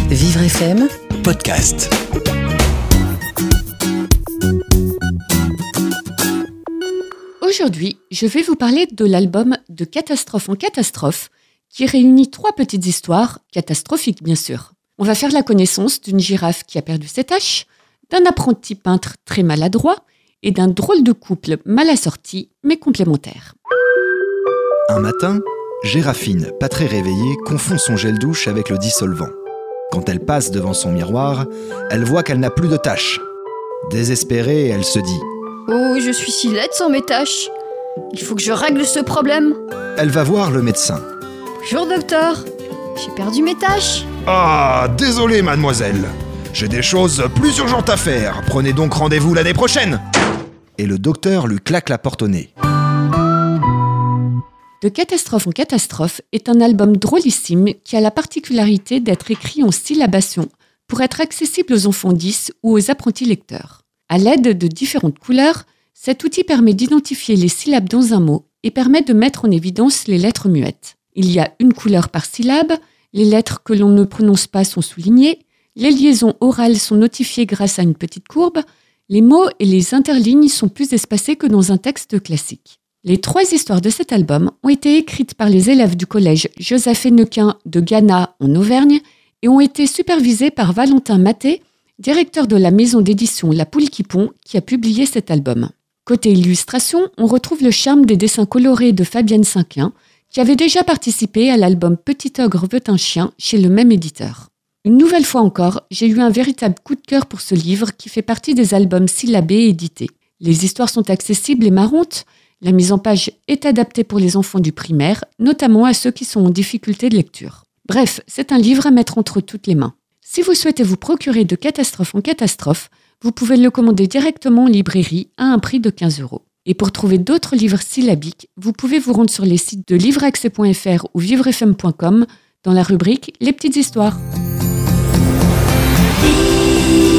Vivre FM Podcast. Aujourd'hui, je vais vous parler de l'album De catastrophe en catastrophe qui réunit 3 petites histoires, catastrophiques bien sûr. On va faire la connaissance d'une girafe qui a perdu ses taches, d'un apprenti peintre très maladroit et d'un drôle de couple mal assorti mais complémentaire. Un matin, Gérafine, pas très réveillée, confond son gel douche avec le dissolvant. Quand elle passe devant son miroir, elle voit qu'elle n'a plus de taches. Désespérée, elle se dit « Oh, je suis si laide sans mes taches. Il faut que je règle ce problème. » Elle va voir le médecin. « Bonjour docteur, j'ai perdu mes taches. » « Ah, désolé mademoiselle. J'ai des choses plus urgentes à faire. Prenez donc rendez-vous l'année prochaine. » Et le docteur lui claque la porte au nez. De catastrophe en catastrophe est un album drôlissime qui a la particularité d'être écrit en syllabation pour être accessible aux enfants 10 ou aux apprentis lecteurs. À l'aide de différentes couleurs, cet outil permet d'identifier les syllabes dans un mot et permet de mettre en évidence les lettres muettes. Il y a une couleur par syllabe, les lettres que l'on ne prononce pas sont soulignées, les liaisons orales sont notifiées grâce à une petite courbe, les mots et les interlignes sont plus espacés que dans un texte classique. Les 3 histoires de cet album ont été écrites par les élèves du collège Joseph Hennequin de Gannat en Auvergne et ont été supervisées par Valentin Maté, directeur de la maison d'édition La Poule qui pond, qui a publié cet album. Côté illustration, on retrouve le charme des dessins colorés de Fabienne Cinquin, qui avait déjà participé à l'album Petit ogre veut un chien chez le même éditeur. Une nouvelle fois encore, j'ai eu un véritable coup de cœur pour ce livre qui fait partie des albums syllabés édités. Les histoires sont accessibles et marrantes. La mise en page est adaptée pour les enfants du primaire, notamment à ceux qui sont en difficulté de lecture. Bref, c'est un livre à mettre entre toutes les mains. Si vous souhaitez vous procurer De catastrophe en catastrophe, vous pouvez le commander directement en librairie à un prix de 15 €. Et pour trouver d'autres livres syllabiques, vous pouvez vous rendre sur les sites de livreaccès.fr ou vivrefm.com dans la rubrique Les petites histoires.